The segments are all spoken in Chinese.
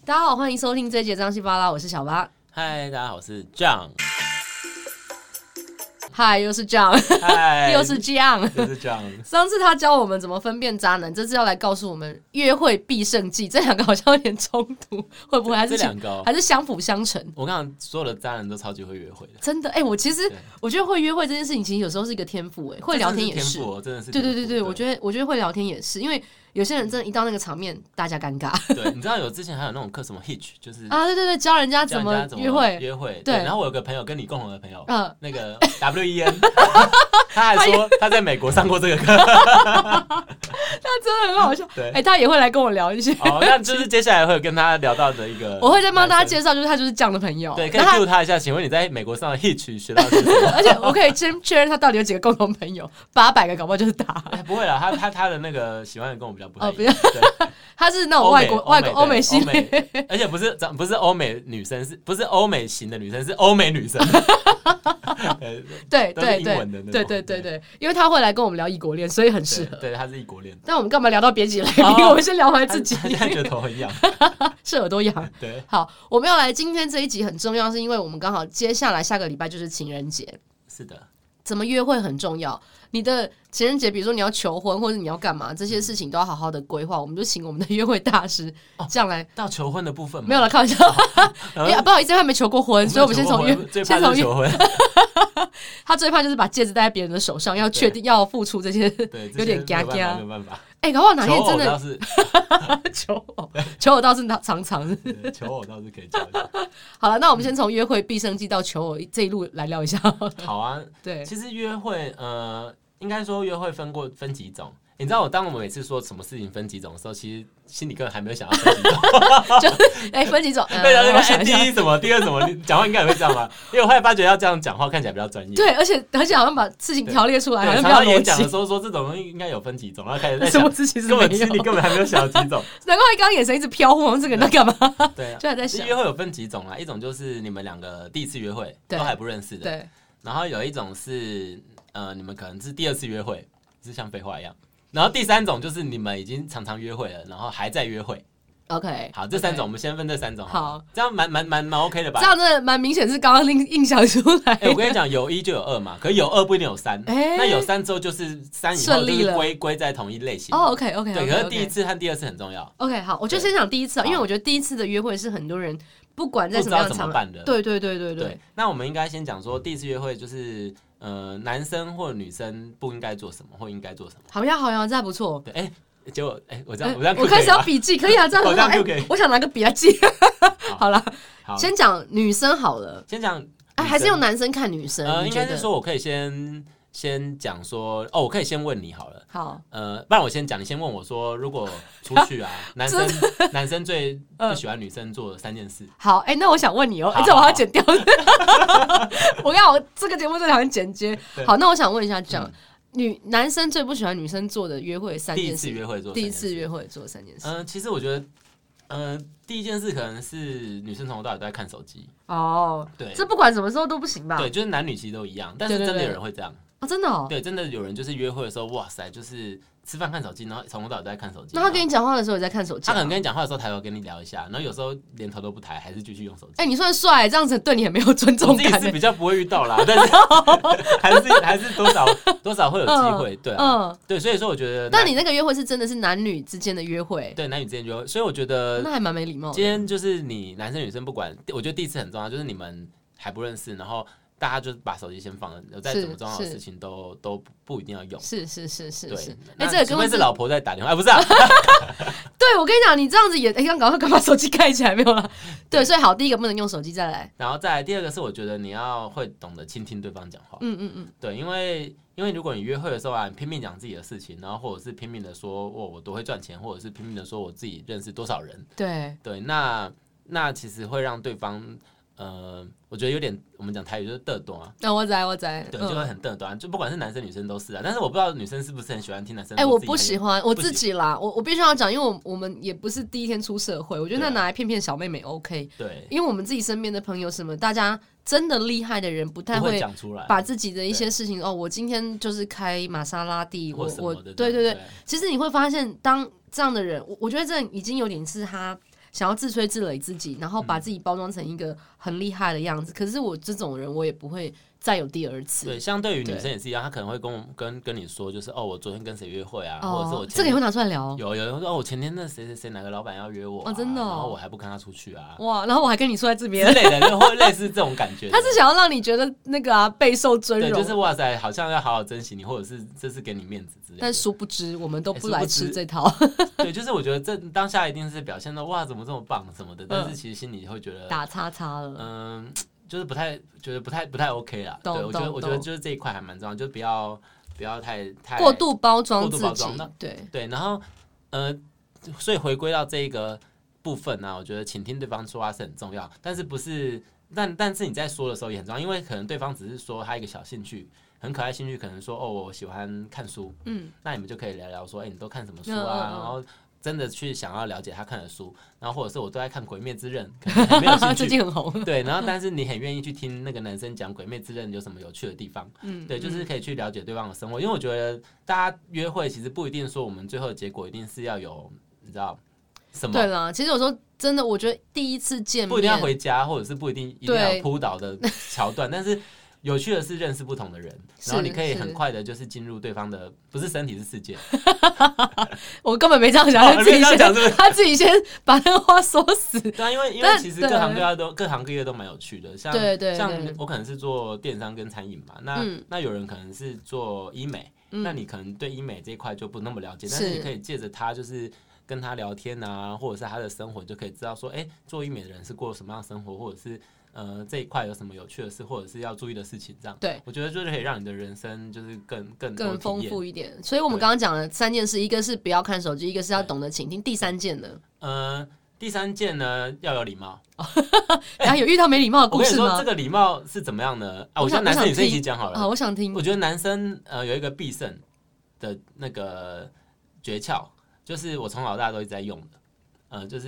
大家好，欢迎收听这一节张西巴拉，我是小八。 嗨，大家好，我是 John。 嗨，又是 John， 又是 John， 又是 John。 上次他教我们怎么分辨渣男，这次要来告诉我们约会必胜技。这两个好像有点冲突，会不会？ 这两个还是相辅相成？ 我刚刚所有的渣男都超级会约会的， 真的。我其实我觉得会约会这件事情，其实有时候是一个天赋。会聊天也是， 真的是对，我觉得会聊天也是，因为有些人真的，一到那个场面，大家尴尬。 对，你知道有之前还有那种课，什么 Hitch， 就是对，教人家怎么约会。对， 然后我有个朋友跟你共同的朋友，那个 WEN， 他还说他在美国上过这个课， 他真的很好笑。 对， 他也会来跟我聊一些。 那就是接下来会跟他聊到的一个， 我会再帮大家介绍，就是他就是这样的朋友。 对，可以 cue 他一下，请问你在美国上的 Hitch 学到什么？ 而且我可以先确认他到底有几个共同朋友，800个搞不好就是他。 不会啦，他的那个喜欢的跟我比较不太一样。 他是那种欧美系， 而且不是欧美女生，不是欧美型的女生，是欧美女生。 对， 英文的那种。 对，因为他会来跟我们聊异国恋，所以很适合。 对，他是异国恋。 但我们干嘛聊到别集来宾？我们先聊回自己。 他现在觉得头很痒， 是耳朵痒。 对， 好，我们要来今天这一集很重要，是因为我们刚好接下来下个礼拜就是情人节。 是的。 怎么约会很重要，你的情人节，比如说你要求婚或者你要干嘛，这些事情都要好好的规划。我们就请我们的约会大师这样来到求婚的部分吗？ 没有了，开玩笑。不好意思，他没求过婚，所以我们先从求婚。 他最怕就是把戒指戴在别人的手上，要确定要付出这些，有点嘎嘎。 没有办法。 搞不好哪天真的求偶倒是常求偶倒是可以教一下。 好了，那我们先从约会必胜技到求偶这一路来聊一下。 好啊，对，其实约会应该说约会分几种。你知道当我们每次说什么事情分几种的时候，其实心里根本还没有想到分几种。 就是分几种？ 对，第一什么，第二什么，你讲话应该也会这样吧？因为我后来发觉要这样讲话看起来比较专业。 对，而且好像把事情条列出来，好像比较逻辑。演讲的时候说这种东西应该有分几种，然后开始在想，根本心里根本还没有想到几种。 难怪刚刚眼神一直飘忽，这个人在干嘛？ 对， 就还在想。 约会有分几种啦，一种就是你们两个第一次约会都还不认识的， 对。 然后有一种是你们可能是第二次约会，是像废话一样。然后第三种就是你们已经常常约会了，然后还在约会。 OK， 好，这三种我们先分这三种。 好， 这样蛮 OK 的吧？ 这样真的蛮明显是刚刚印象出来。 我跟你讲，有1就有2嘛，可是有2不一定有3。那有3之后就是3以后就是归在同一类型。 OK， 对，可是第一次和第二次很重要。 OK， 好，我就先讲第一次，因为我觉得第一次的约会是很多人不管在什么样的场合办的。 对。 那我们应该先讲说第一次约会就是男生或女生不应该做什么，或应该做什么。 好呀，这还不错。 对，结果我这样我开始要笔记，可以啊，这样很好。我想拿个笔来记。好了，先讲女生好了。 先讲， 还是用男生看女生？ 应该是说我可以先讲说，我可以先问你好了。 好， 不然我先讲，你先问我说，如果出去啊，男生最不喜欢女生做的3件事。 好，那我想问你这我要剪掉。我跟我这个节目最讨厌剪接。好，那我想问一下，这样。男生最不喜欢女生做的约会3件事。第一次约会做3件事。 其实我觉得，第一件事可能是女生从头到尾都在看手机。 对，这不管什么时候都不行吧？ 对，就是男女其实都一样，但是真的有人会这样。 真的对，真的有人就是约会的时候，哇塞，就是吃饭看手机，然后从头到尾都在看手机。 那他跟你讲话的时候也在看手机？ 他可能跟你讲话的时候抬头跟你聊一下，然后有时候连头都不抬，还是继续用手机。 你算帅，这样子对你很没有尊重感。 我自己是比较不会遇到啦，但是还是多少会有机会，对啊，对，所以说我觉得。 但你那个约会是真的是男女之间的约会？ 对，男女之间约会，所以我觉得那还蛮没礼貌的。 今天就是你男生女生不管，我觉得第一次很重要，就是你们还不认识，然后。大家就把手机先放了，有再怎么重要的事情都不一定要用。是。对，这个除非是老婆在打电话，不是啊？ 对，我跟你讲，你这样子也，刚把手机开起来没有了？对，所以好，第一个不能用手机，再来， 然后再来第二个是，我觉得你要会懂得倾听对方讲话。对，因为如果你约会的时候啊，你拼命讲自己的事情，然后或者是拼命的说我多会赚钱，或者是拼命的说我自己认识多少人，对，那其实会让对方。我觉得有点，我们讲台语就是嘚短啊。 我知， 对，就会很嘚短，就不管是男生女生都是啊。但是我不知道女生是不是很喜欢听男生。 我不喜欢，我自己啦，我必须要讲，因为我们也不是第一天出社会，我觉得那拿来骗骗小妹妹 OK。 对， 因为我们自己身边的朋友什么，大家真的厉害的人不太会讲出来， 把自己的一些事情我今天就是开玛莎拉蒂，对，其实你会发现，当这样的人，我觉得这已经有点是他想要自吹自擂自己，然后把自己包装成一个很厉害的样子。可是我这种人，我也不会再有第二次。 对，相对于女生也是一样，她可能会跟你说，就是我昨天跟谁约会啊，或者是我这个也会拿出来聊。 有人说我前天那谁谁谁哪个老板要约我真的然后我还不跟他出去啊， 哇，然后我还跟你说在这边之类的，就会类似这种感觉。 他是想要让你觉得那个备受尊荣， 对，就是哇塞，好像要好好珍惜你，或者是这是给你面子之类的。 但殊不知我们都不来吃这套。 对，就是我觉得这当下一定是表现的哇怎么这么棒什么的，但是其实心里会觉得打叉叉了。 就是不太 OK 啦。对，我觉得就是这一块还蛮重要，就不要太过度包装自己。 对，然后所以回归到这一个部分呢，我觉得倾听对方说话是很重要，但是不是但是你在说的时候也很重要，因为可能对方只是说他一个小兴趣。很可爱兴趣，可能说我喜欢看书，那你们就可以聊聊说，你都看什么书啊？然后真的去想要了解他看的书，然后或者是我都在看《鬼灭之刃》，可能很没有兴趣， 最近很红。 对，然后但是你很愿意去听那个男生讲《鬼灭之刃》有什么有趣的地方，对，就是可以去了解对方的生活，因为我觉得大家约会其实不一定说我们最后的结果一定是要有，你知道什么？ 对啦，其实有时候真的，我觉得第一次见面不一定要回家，或者是不一定要扑倒的桥段，但是。有趣的是认识不同的人，然后你可以很快的，就是进入对方的不是身体是世界。 我根本没这样想，他自己先把那个话说死。 对啊，因为其实各行各业都蛮有趣的，像我可能是做电商跟餐饮嘛，那有人可能是做医美，那你可能对医美这一块就不那么了解，但是你可以借着他就是跟他聊天啊，或者是他的生活，就可以知道说，做医美的人是过什么样的生活，或者是。这一块有什么有趣的事，或者是要注意的事情，这样对， 我觉得就是可以让你的人生就是更丰富一点。所以我们刚刚讲了3件事，一个是不要看手机，一个是要懂得倾听，第3件呢？ 第3件呢要有礼貌。 有遇到没礼貌的故事吗？ 我跟你说，这个礼貌是怎么样呢？我觉得男生女生一起讲好了。 我想听。 我觉得男生有一个必胜的那个诀窍，就是我从小到大都一直在用的，就是。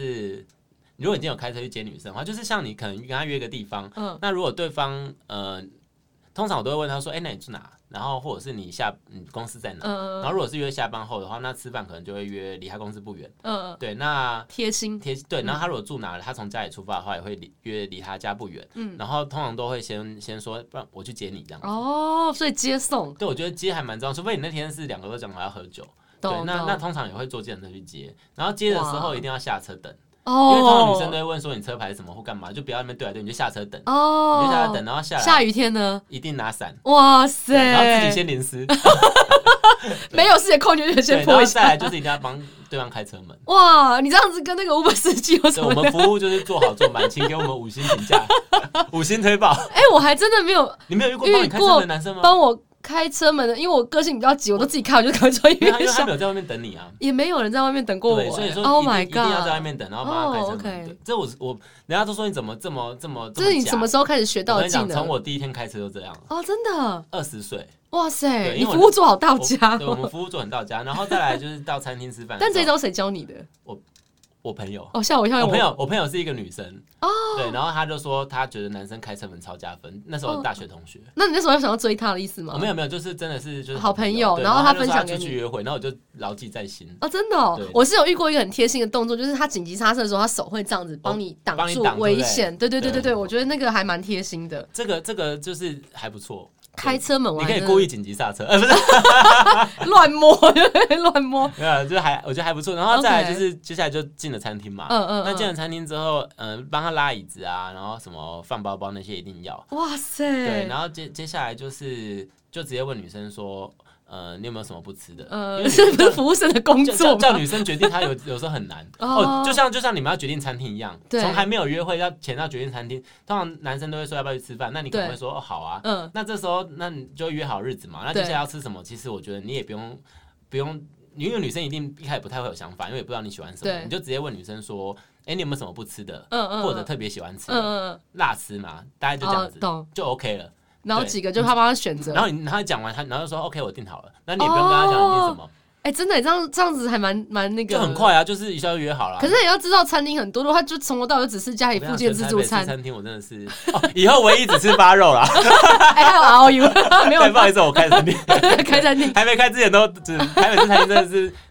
如果你今天有开车去接女生的话，就是像你可能跟她约个地方，那如果对方通常我都会问他说，那你住哪？然后或者是你公司在哪？然后如果是约下班后的话，那吃饭可能就会约离他公司不远。对，那贴心对。然后他如果住哪了，他从家里出发的话，也会约离他家不远。然后通常都会先说，不然我去接你这样子。 所以接送。 对，我觉得接还蛮重要，除非你那天是2个都讲好要喝酒。对，那通常也会坐计程车去接，然后接的时候一定要下车等。因为通常女生都会问说你车牌是什么或干嘛，就不要在那边对来对，你就下车等。你就下车等，然后下来。 下雨天呢？ 一定拿伞。 哇塞！ 然后自己先淋湿。 没有事的空就先泼一下。 再来就是一定要帮对方开车门。 哇，你这样子跟那个 Uber 司机有什么？ 我们服务就是做好做满，请给我们5星评价，5星推爆。 我还真的没有。 你没有遇过帮你开车门的男生吗？ 帮我。开车门的，因为我个性比较急，我都自己开，我就赶快坐医院。 因为他没有在外面等你啊， 也没有人在外面等过我。 所以说 ，Oh my god， 一定要在外面等，然后帮他开车门。这我人家都说你怎么这么这是你什么时候开始学到的技能？ 从我第一天开车就这样。 真的 ？20岁。 哇塞，你服务做好到家。 对，我们服务做很到家，然后再来就是到餐厅吃饭。 但这招谁教你的？ 我朋友吓我一跳！ 我朋友是一个女生对，然后他就说他觉得男生开车门超加分。那时候大学同学， 那你那时候有想要追他的意思吗？ 没有，就是真的是就是好朋友，然后他分享给你出去约会，然后我就牢记在心。 真的我是有遇过一个很贴心的动作，就是他紧急刹车的时候，他手会这样子帮你挡住危险。对，我觉得那个还蛮贴心的。 这个就是还不错。 开车门你可以故意紧急刹车，不是乱摸，乱摸。 没有，就我觉得还不错。然后再来就是接下来就进了餐厅嘛。那进了餐厅之后，帮他拉椅子啊，然后什么放包包那些一定要。 哇塞！ 对，然后接下来就直接问女生说。你有没有什么不吃的？ 是不是服务生的工作？ 叫女生决定，她有时候很难。就像你们要决定餐厅一样，从还没有约会前要决定餐厅，通常男生都会说要不要去吃饭，那你可能会说好啊。那这时候那你就约好日子嘛。那接下来要吃什么？其实我觉得你也不用，因为女生一定一开始不太会有想法，因为也不知道你喜欢什么，你就直接问女生说，你有没有什么不吃的？或者特别喜欢吃的？辣吃嘛，大概就这样子，就 OK 了。 然后几个就他帮他选择， 然后他讲完，然后就说 OK 我订好了，那你也不用跟他讲你订什么。 真的这样子还蛮那个， 就很快啊，就是一下就约好了。 可是也要知道餐厅很多的话，就从头到尾只是家里附近的自助餐。 餐厅我真的是以后唯一只吃八肉啦。 还有 RU 没有？ 不好意思，我开餐厅， 开餐厅还没开之前都台北市餐厅真的是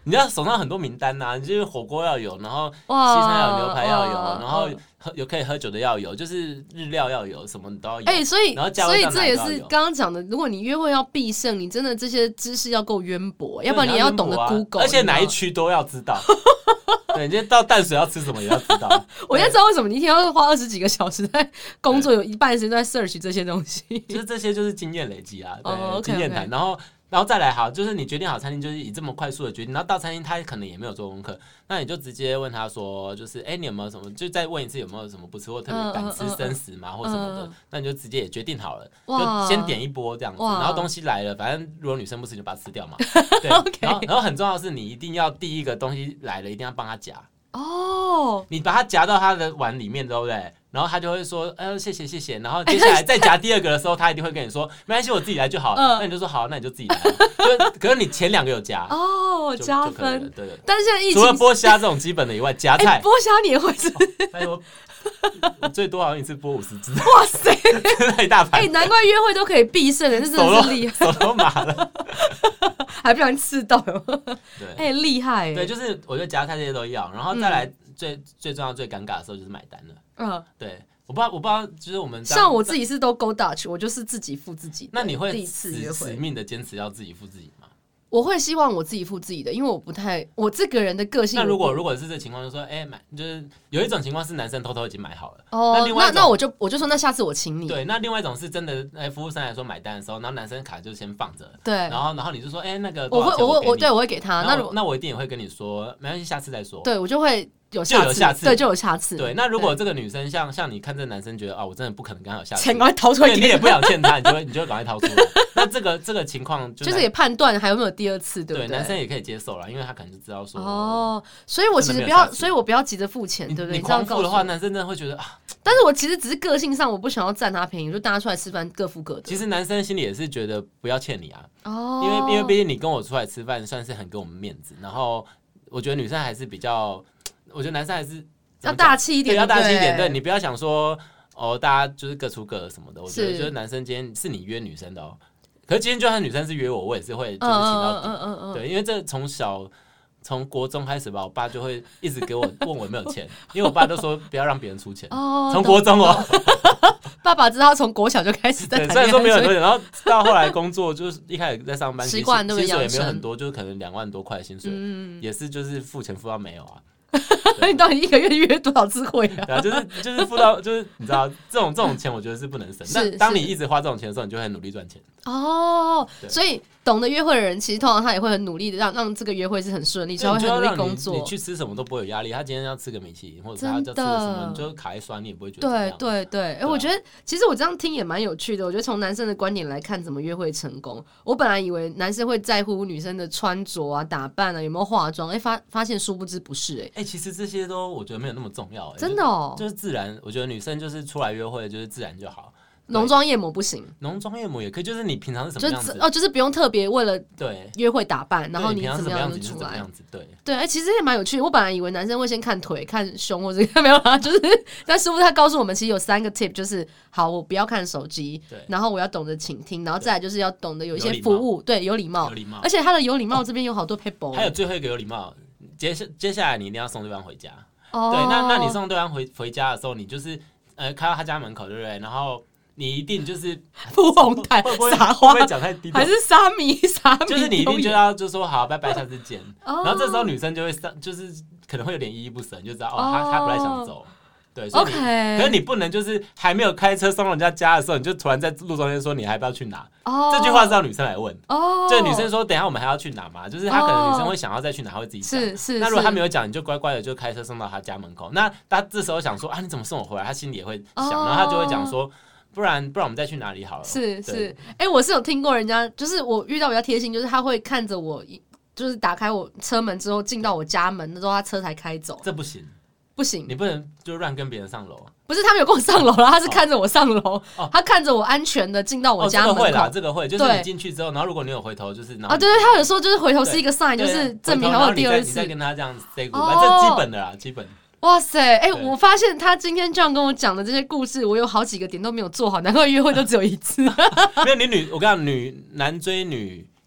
你要手上很多名单呐，你就是火锅要有，然后西餐要有，牛排要有，然后有可以喝酒的要有，就是日料要有，什么都要有。 所以这也是刚刚讲的，如果你约会要必胜，你真的这些知识要够渊博，要不然你要懂得 Google， 而且哪一区都要知道。对，你今天到淡水要吃什么也要知道。 我现在知道为什么你一天要花20几个小时在工作，有一半的时间都在 search 这些东西。 就是这些就是经验累积啊，对，经验谈。然后再来好，就是你决定好餐厅，就是以这么快速的决定，然后到餐厅他可能也没有做功课，那你就直接问他说，就是你有没有什么，就再问一次有没有什么不吃或特别敢吃生食嘛，或什么的，那你就直接也决定好了，就先点一波这样子，然后东西来了，反正如果女生不吃就把它吃掉嘛，对，然后很重要的是你一定要第一个东西来了一定要帮他夹。你把它夹到他的碗里面，对不对？然后他就会说，谢谢谢谢。然后接下来再夹第二个的时候，他一定会跟你说，没关系，我自己来就好。那你就说好，那你就自己来。可是你前2个有夹， 加分。 对。 但是现在疫情， 除了剥虾这种基本的以外，夹菜， 剥虾你也会吃？ 我最多好像一次剥50只。 哇塞， 太大盘。 难怪约会都可以必胜的，这真的是厉害， 手都麻了， 还不小心刺到。 对， 厉害。 对，就是我觉得夹菜这些都要，然后再来最重要、最尴尬的时候就是买单了。对，我不知道，就是我们像我自己是都 go Dutch， 我就是自己付自己的。 那你会死命的坚持要自己付自己吗？ 我会希望我自己付自己的，因为我这个人的个性。 那如果是这情况，就说买，就是有一种情况是男生偷偷已经买好了。 那我就说那下次我请你。 对，那另外一种是真的，服务生来说买单的时候，然后男生卡就先放着。 对， 然后你就说，那个我会给他。 那我一定也会跟你说，没关系，下次再说。 对，我就会。有下次， 对，就有下次。 对，那如果这个女生像你看这个男生觉得我真的不可能跟他有下次， 钱赶快掏出来， 你也不想欠他，你就会赶快掏出来。那这个情况就是也判断还有没有第二次，对不对？ 对，男生也可以接受啦，因为他可能就知道说所以我其实我不要急着付钱，对不对？ 你狂付的话，男生真的会觉得但是我其实只是个性上我不想要占他便宜，就大家出来吃饭各付各的。 其实男生心里也是觉得不要欠你啊，因为毕竟你跟我出来吃饭算是很给我们面子，然后我觉得女生还是比较，我觉得男生还是。 要大气一点， 要大气一点。对，你不要想说大家就是各出各的什么的。我觉得男生今天是你约女生的可是今天就算女生是约我也是会就是请到底。对，因为这从国中开始吧，我爸就会一直给我问我有没有钱，因为我爸都说不要让别人出钱。从国中爸爸知道从国小就开始在谈恋爱， 虽然说没有很多钱，然后到后来工作就是一开始在上班， 习惯都薪水也没有很多，就是可能2万多块的薪水，也是就是付钱付到没有啊。 你到底一个月约多少次会啊？ 对啊，就是付到就是你知道这种钱，我觉得是不能省。但当你一直花这种钱的时候，你就会很努力赚钱。 所以懂得约会的人，其实通常他也会很努力的让这个约会是很顺利，所以会很努力工作。 你去吃什么都不会有压力。他今天要吃个米其林，或者他要吃个什么，你就卡一刷，你也不会觉得对。我觉得其实我这样听也蛮有趣的。我觉得从男生的观点来看，怎么约会成功？我本来以为男生会在乎女生的穿着啊、打扮啊、有没有化妆，发现殊不知不是。 其实这些都我觉得没有那么重要。 真的就是自然。我觉得女生就是出来约会就是自然就好。 浓妆艳抹不行， 浓妆艳抹也可以，就是你平常是什么样子就是不用特别为了约会打扮，然后你怎么样就出来， 对，其实也蛮有趣的。我本来以为男生会先看腿、看胸或者没有啦，就是但师傅他告诉我们，其实有3个 tip， 就是好，我不要看手机，然后我要懂得倾听，然后再来就是要懂得有一些服务，对，有礼貌，而且他的有礼貌这边有好多 paper， 还有最后一个有礼貌，接下来你一定要送对方回家。对，那你送对方回家的时候，你就是开到他家门口，对不对？然后你一定就是铺红毯、撒花， 会不会讲太低调？ 还是沙米？ 就是你一定就要就说好，拜拜，下次见。然后这时候女生就会就是可能会有点依依不舍，你就知道她不太想走。对，所以可是你不能就是还没有开车送到人家家的时候，你就突然在路中间说你还不要去哪？这句话是让女生来问。就女生说等一下我们还要去哪嘛？就是她可能女生会想要再去哪，会自己讲。 是。 那如果她没有讲，你就乖乖的就开车送到她家门口。那她这时候想说你怎么送我回来？她心里也会想，然后她就会讲说。不然我们再去哪里好了？ 是，我是有听过人家，就是我遇到比较贴心，就是他会看着我，就是打开我车门之后进到我家门，之后他车才开走。 这不行，你不能就乱跟别人上楼。 不是他没有跟我上楼了，他是看着我上楼，他看着我安全的进到我家门口。 这个会，就是你进去之后，然后如果你有回头，就是对， 他有时候就是回头是一个 sign，就是证明还有第二次。 你再跟他这样 say goodbye，这基本的啦，基本。 哇塞，我发现他今天这样跟我讲的这些故事，我有好几个点都没有做好，难怪约会都只有一次。 因为我跟你讲，男追女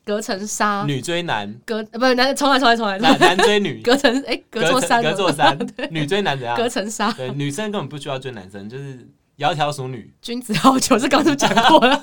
隔层纱， 女追男， 不是男，重来， 男追女， 隔座山， 女追男怎样？ 隔层纱， 对，女生根本不需要追男生，就是窈窕淑女， 君子好逑，是刚刚讲过了。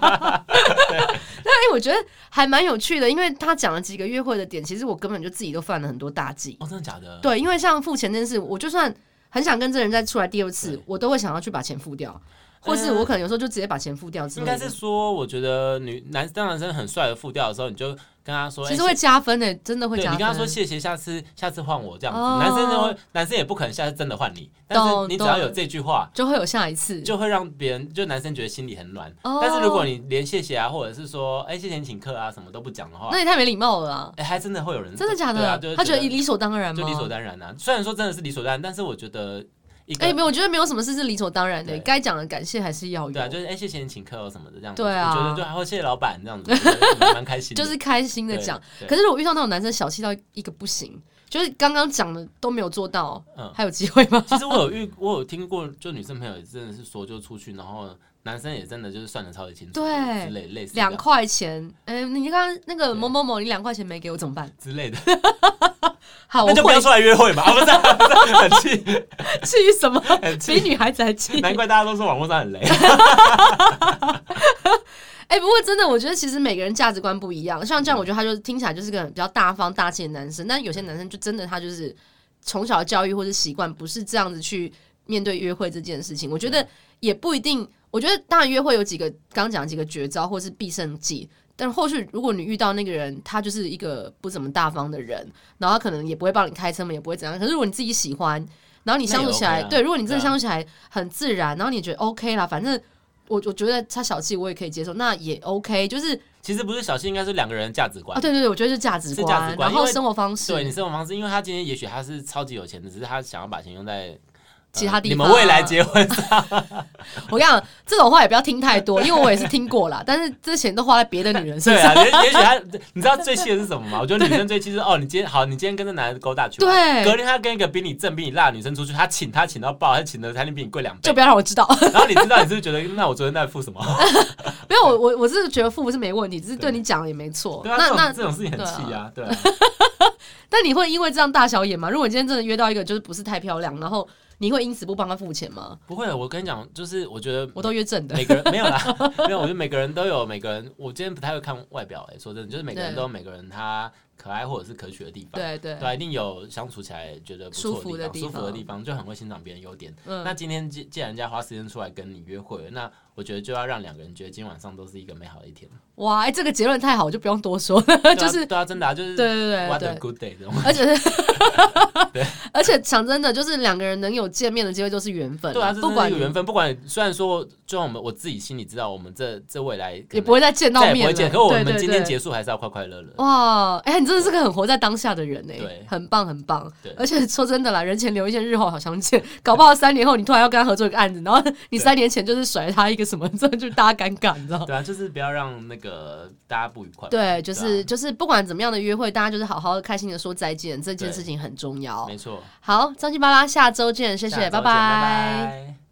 那我觉得还蛮有趣的，因为他讲了几个约会的点，其实我根本就自己都犯了很多大忌。 哦，真的假的？ 对，因为像付钱这件事，我就算很想跟这人再出来第二次，我都会想要去把钱付掉。或是我可能有时候就直接把钱付掉之类的。 应该是说，我觉得男生很帅的付掉的时候，你就跟他说， 其实会加分的，真的会加分。 你跟他说谢谢，下次换我这样子。男生也不可能下次真的换你，但是你只要有这句话， 就会有下一次， 就会让别人就男生觉得心里很暖。但是如果你连谢谢啊，或者是说谢谢你请客啊什么都不讲的话， 那也太没礼貌了啊！ 还真的会有人真的假的？ 对啊， 他觉得理所当然吗？ 就理所当然啊。虽然说真的是理所当然，但是我觉得。 没有，我觉得没有什么事是理所当然的，该讲的感谢还是要有。 对啊，就是谢谢你请客什么的这样子。 对啊， 我觉得就还会谢谢老板这样子，蛮开心的。 就是开心的讲。可是如果遇到那种男生小气到一个不行，就是刚刚讲的都没有做到，还有机会吗？ 其实我有听过，就女生朋友也真的是说就出去，然后男生也真的就是算得超级清楚，对，类似 2块钱，你刚刚那个某某某，你2块钱没给我怎么办之类的？ 好， 那就不要出来约会嘛！不是，很气， 气什么？比女孩子还气。 难怪大家都说网络上很雷。 不过真的，我觉得其实每个人价值观不一样。像这样，我觉得他就听起来就是个比较大方大气的男生，但有些男生就真的他就是从小的教育或者习惯不是这样子去面对约会这件事情。我觉得也不一定。我觉得当然约会有几个刚刚讲几个绝招或是必胜技。但后续如果你遇到那个人，他就是一个不怎么大方的人，然后他可能也不会帮你开车门，也不会怎样。可是如果你自己喜欢，然后你相处起来，对，如果你真的相处起来很自然，然后你觉得 OK 啦，反正我觉得他小气我也可以接受，那也 OK。就是其实不是小气，应该是2个人的价值观。 对，我觉得是价值观，然后生活方式。 对，你生活方式，因为他今天也许他是超级有钱的，只是他想要把钱用在。 其他地方， 你们未来结婚上， 我跟你讲，这种话也不要听太多，因为我也是听过啦。但是这钱都花在别的女人身上。 对啊，也许他，你知道最气的是什么吗？我觉得女生最气是你今天跟这男人勾搭去， 对， 隔天他跟一个比你正、比你辣的女生出去，他请到爆，他请的餐厅比你贵2倍， 就不要让我知道。 然后你知道，你是不是觉得那我昨天在付什么？ 没有，我是觉得付是没问题，只是对你讲的也没错。 对啊，那这种事情很气啊，对啊。 但你会因为这样大小眼吗？如果你今天真的约到一个就是不是太漂亮，然后你会因此不帮他付钱吗？ 不会，我跟你讲，就是我觉得我都约正的， 每个人没有啦，没有，我觉得每个人都有每个人，我今天不太会看外表，说真的，就是每个人都有每个人他可爱或者是可取的地方，对，一定有相处起来觉得不错的地方，舒服的地方，就很会欣赏别人优点。那今天既然人家花时间出来跟你约会了，那我觉得就要让2个人觉得今天晚上都是一个美好的一天。 哇，这个结论太好，我就不用多说了。就是对啊，真的啊，就是对 ，What a good day 这种。 而且讲真的，就是2个人能有见面的机会，就是缘分。 对啊，这是一个缘分。不管虽然说，就像我自己心里知道，我们这未来也不会再见到面了， 可是我们今天结束还是要快快乐乐。 哇，你真的是个很活在当下的人哎， 对， 很棒很棒。而且说真的啦，人前留一线，日后好相见。搞不好3年后你突然要跟他合作一个案子，然后你3年前就是甩他一个什么，这就大家尴尬，你知道？ 对啊，就是不要让那个大家不愉快。 对，就是不管怎么样的约会，大家就是好好的开心的说再见，这件事情很重要。 没错。 好，张西巴拉，下周见，谢谢，拜拜。